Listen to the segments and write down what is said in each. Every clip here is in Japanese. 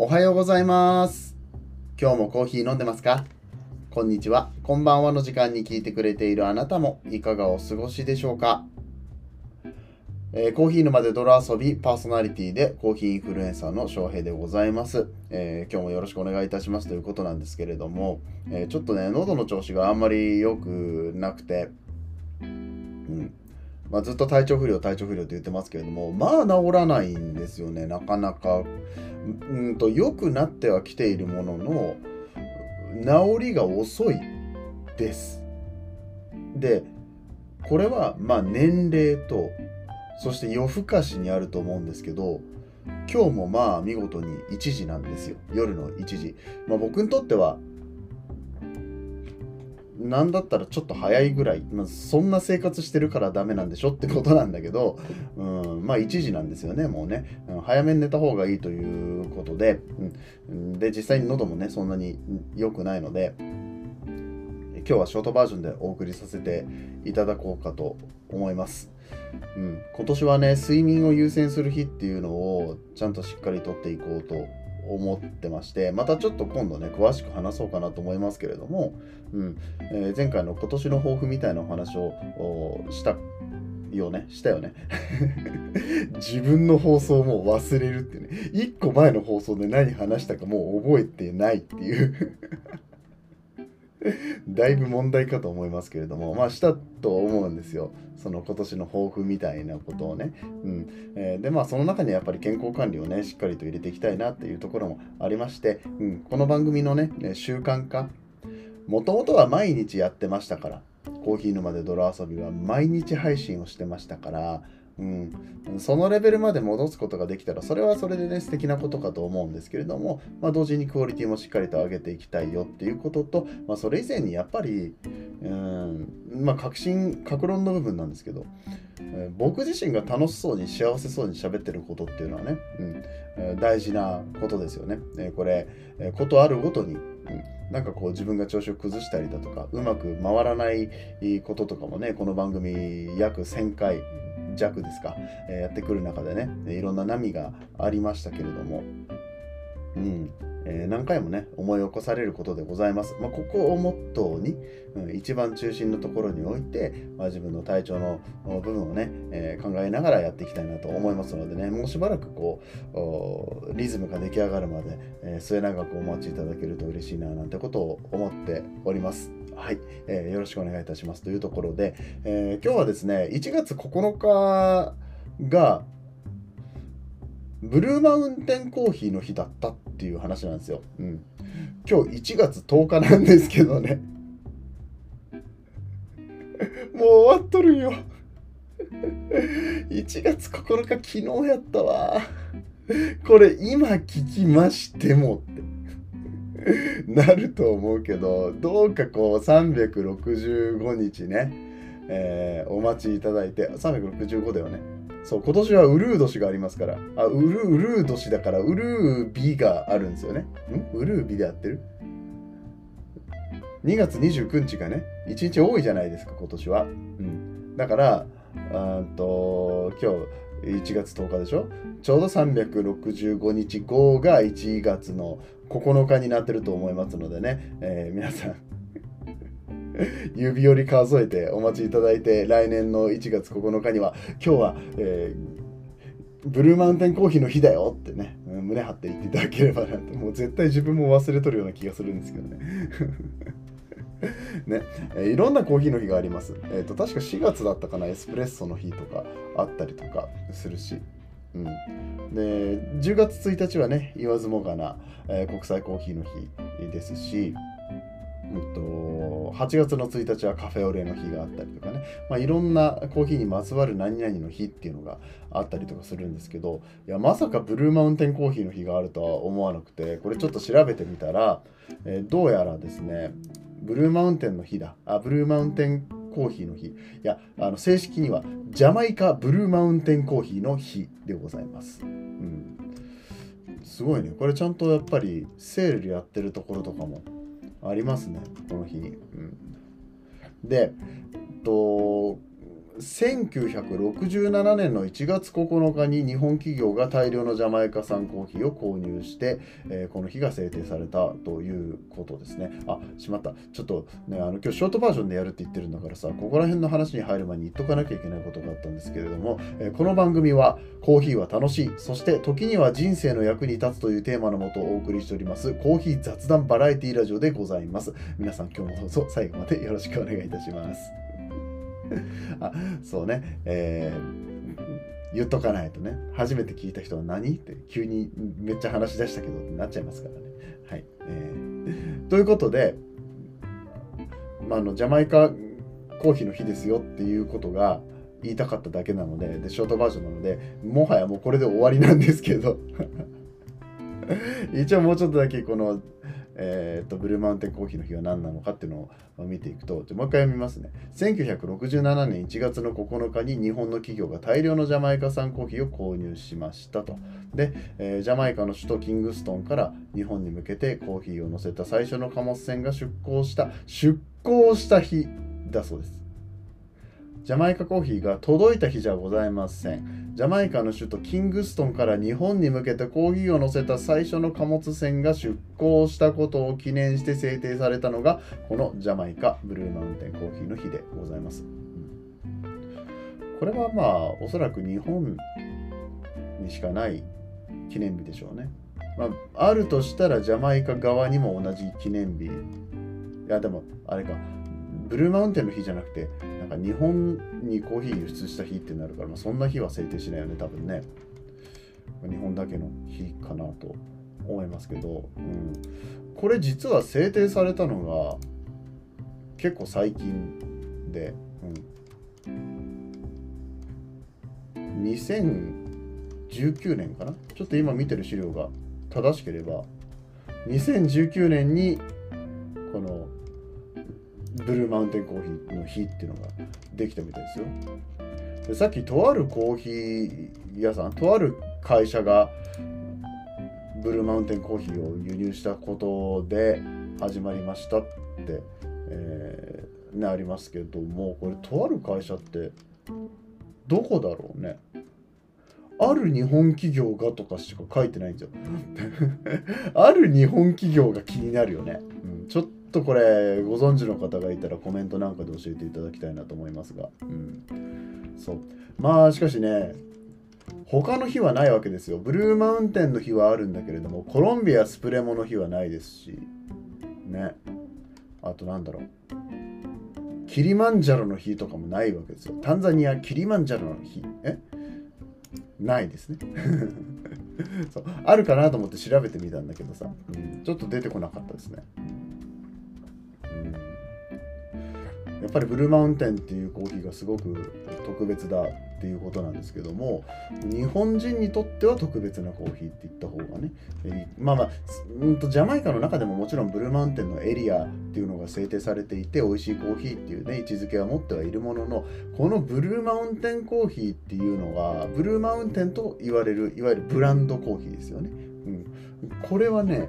おはようございます。今日もコーヒー飲んでますか？こんにちは、こんばんはの時間に聞いてくれているあなたもいかがお過ごしでしょうか？コーヒー沼で泥遊びパーソナリティでコーヒーインフルエンサーの翔平でございます。今日もよろしくお願いいたしますということなんですけれども、ちょっとね、喉の調子があんまり良くなくて、ずっと体調不良って言ってますけれども、治らないんですよね、なかなか。良くなってはきているものの、治りが遅いです。で、これは年齢と、そして夜更かしにあると思うんですけど、今日も見事に1時なんですよ。夜の1時。僕にとってはなんだったらちょっと早いぐらい、そんな生活してるからダメなんでしょってことなんだけど、1時なんですよね、もうね。早めに寝た方がいいということで、で、実際に喉もね、そんなに良くないので、今日はショートバージョンでお送りさせていただこうかと思います。今年はね、睡眠を優先する日っていうのをちゃんとしっかりとっていこうと思ってまして、またちょっと今度ね詳しく話そうかなと思いますけれども、前回の今年の抱負みたいなお話をしたよね自分の放送をもう忘れるってね、1個前の放送で何話したかもう覚えてないっていうだいぶ問題かと思いますけれども、したと思うんですよ。その今年の抱負みたいなことをね。で、その中にやっぱり健康管理をね、しっかりと入れていきたいなっていうところもありまして、この番組のね、習慣化、もともとは毎日やってましたから、コーヒー沼で泥遊びは毎日配信をしてましたから、そのレベルまで戻すことができたらそれはそれでね素敵なことかと思うんですけれども、同時にクオリティもしっかりと上げていきたいよっていうことと、それ以前にやっぱり確論の部分なんですけど、僕自身が楽しそうに幸せそうに喋ってることっていうのはね、大事なことですよね。これ、ことあるごとに、なんかこう自分が調子を崩したりだとかうまく回らないこととかもね、この番組約1000回弱ですか、やってくる中でね、いろんな波がありましたけれども、何回もね思い起こされることでございます。ここをモットーに、一番中心のところに置いて、自分の体調の部分をね、考えながらやっていきたいなと思いますのでね、もうしばらくこうリズムが出来上がるまで、末永くお待ちいただけると嬉しいななんてことを思っております。はい、よろしくお願いいたしますというところで、今日はですね1月9日がブルーマウンテンコーヒーの日だったっていう話なんですよ。今日1月10日なんですけどねもう終わっとるよ1月9日昨日やったわ。これ今聞きましてもってなると思うけど、どうかこう365日ね、お待ちいただいて、365だよね。そう、今年はウルー年がありますから、ウルー年だから、ウルー日があるんですよね。ウルー日で合ってる？ 2 月29日がね、1日多いじゃないですか、今年は。だから、今日1月10日でしょ。ちょうど365日後が1月の9日になってると思いますのでね、皆さん指折り数えてお待ちいただいて、来年の1月9日には今日は、ブルーマウンテンコーヒーの日だよってね、胸張って言っていただければなと。もう絶対自分も忘れとるような気がするんですけどねね、いろんなコーヒーの日があります。確か4月だったかな、エスプレッソの日とかあったりとかするし、で10月1日はね言わずもがな、国際コーヒーの日ですし、8月の1日はカフェオレの日があったりとかね、いろんなコーヒーにまつわる何々の日っていうのがあったりとかするんですけど、いやまさかブルーマウンテンコーヒーの日があるとは思わなくて、これちょっと調べてみたら、どうやらですねブルーマウンテンの日だ、ブルーマウンテンコーヒーの日、いや正式にはジャマイカブルーマウンテンコーヒーの日でございます。すごいね、これちゃんとやっぱりセールやってるところとかもありますね、この日に。で、 1967年の1月9日に日本企業が大量のジャマイカ産コーヒーを購入して、この日が制定されたということですね。しまった。ちょっとね、今日ショートバージョンでやるって言ってるんだからさ、ここら辺の話に入る前に言っとかなきゃいけないことがあったんですけれども、この番組はコーヒーは楽しい、そして時には人生の役に立つというテーマのもとお送りしておりますコーヒー雑談バラエティラジオでございます。皆さん今日もどうぞ最後までよろしくお願いいたします。そうね、言っとかないとね、初めて聞いた人は何って急にめっちゃ話し出したけどってなっちゃいますからね。はい。ということで、ジャマイカコーヒーの日ですよっていうことが言いたかっただけなので、ショートバージョンなので、もはやもうこれで終わりなんですけど、一応もうちょっとだけこの、ブルーマウンテンコーヒーの日は何なのかっていうのを見ていくと、もう一回読みますね。1967年1月の9日に日本の企業が大量のジャマイカ産コーヒーを購入しましたと。で、ジャマイカの首都キングストンから日本に向けてコーヒーを乗せた最初の貨物船が出港した日だそうです。ジャマイカコーヒーが届いた日じゃございません。ジャマイカの首都キングストンから日本に向けてコーヒーを乗せた最初の貨物船が出港したことを記念して制定されたのがこのジャマイカブルーマウンテンコーヒーの日でございます。これはおそらく日本にしかない記念日でしょうね。あるとしたらジャマイカ側にも同じ記念日。いやでもあれか、ブルーマウンテンの日じゃなくてなんか日本にコーヒー輸出した日ってなるから、そんな日は制定しないよね多分ね。日本だけの日かなと思いますけど、これ実は制定されたのが結構最近で、2019年かな。ちょっと今見てる資料が正しければ2019年にこのブルーマウンテンコーヒーの日っていうのができたみたいですよ。でさっきとあるコーヒー屋さん、とある会社がブルーマウンテンコーヒーを輸入したことで始まりましたって、ありますけども、これとある会社ってどこだろうね。ある日本企業がとかしか書いてないんですよ。ある日本企業が気になるよね。ちょっとこれご存知の方がいたらコメントなんかで教えていただきたいなと思いますが、そうしかしね、他の日はないわけですよ。ブルーマウンテンの日はあるんだけれども、コロンビアスプレモの日はないですしね。あとなんだろう、キリマンジャロの日とかもないわけですよ。タンザニアキリマンジャロの日ないですね。そうあるかなと思って調べてみたんだけどさ、ちょっと出てこなかったですね。やっぱりブルーマウンテンっていうコーヒーがすごく特別だっていうことなんですけども、日本人にとっては特別なコーヒーって言った方がね、ジャマイカの中でももちろんブルーマウンテンのエリアっていうのが制定されていて、美味しいコーヒーっていうね位置づけは持ってはいるものの、このブルーマウンテンコーヒーっていうのはブルーマウンテンと言われるいわゆるブランドコーヒーですよね。これはね、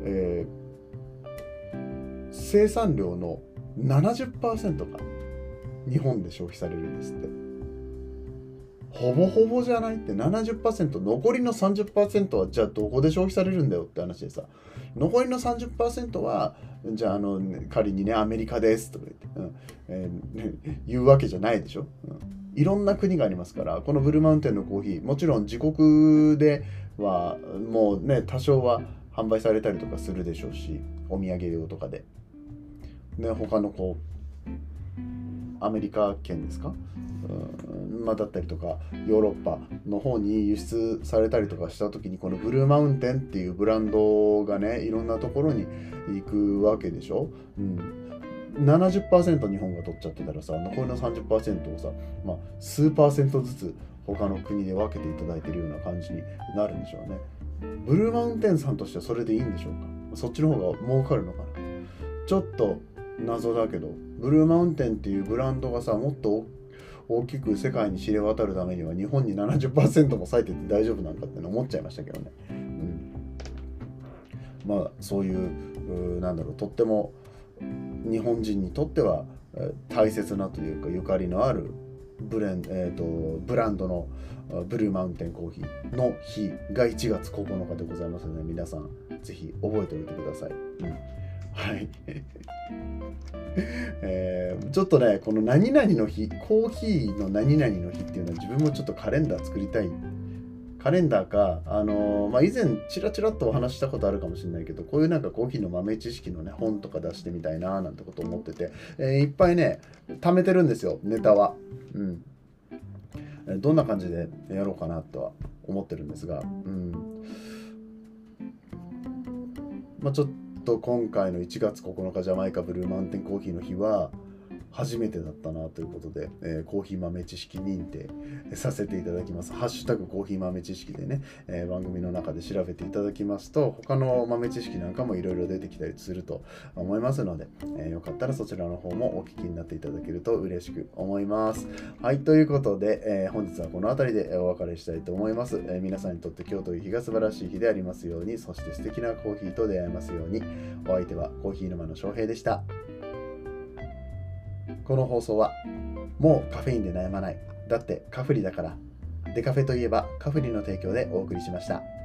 生産量の70% が日本で消費されるんですって。ほぼほぼじゃないって。 70%、 残りの 30% はじゃあどこで消費されるんだよって話でさ、残りの 30% はじゃあ仮にねアメリカですとか言って、言うわけじゃないでしょ。いろんな国がありますから、このブルーマウンテンのコーヒー、もちろん自国ではもうね多少は販売されたりとかするでしょうし、お土産用とかで他のアメリカ圏ですか、だったりとかヨーロッパの方に輸出されたりとかした時に、このブルーマウンテンっていうブランドがねいろんなところに行くわけでしょ。70% 日本が取っちゃってたらさ、残りの 30% をさ、数%ずつ他の国で分けていただいているような感じになるんでしょうね。ブルーマウンテンさんとしてはそれでいいんでしょうか。そっちの方が儲かるのかな。ちょっと謎だけど、ブルーマウンテンっていうブランドがさ、もっと大きく世界に知れ渡るためには日本に 70% も割いてて大丈夫なんかって思っちゃいましたけどね。そういうとっても日本人にとっては大切なというかゆかりのあるブランドのブルーマウンテンコーヒーの日が1月9日でございますので、皆さんぜひ覚えておいてください。はいちょっとね、この何々の日、コーヒーの何々の日っていうのは自分もちょっとカレンダー作りたい。カレンダーか、以前チラチラっとお話ししたことあるかもしれないけど、こういうなんかコーヒーの豆知識のね、本とか出してみたいななんてこと思ってて、いっぱいね、貯めてるんですよ、ネタは。どんな感じでやろうかなとは思ってるんですが、ちょっと今回の1月9日ジャマイカブルーマウンテンコーヒーの日は初めてだったなということで、コーヒー豆知識認定させていただきます。ハッシュタグコーヒー豆知識でね、番組の中で調べていただきますと、他の豆知識なんかもいろいろ出てきたりすると思いますので、よかったらそちらの方もお聞きになっていただけると嬉しく思います。はい、ということで、本日はこの辺りでお別れしたいと思います。皆さんにとって今日という日が素晴らしい日でありますように、そして素敵なコーヒーと出会えますように。お相手はコーヒー沼の翔平でした。この放送はもうカフェインで悩まない。だってカフリだから。デカフェといえばカフリの提供でお送りしました。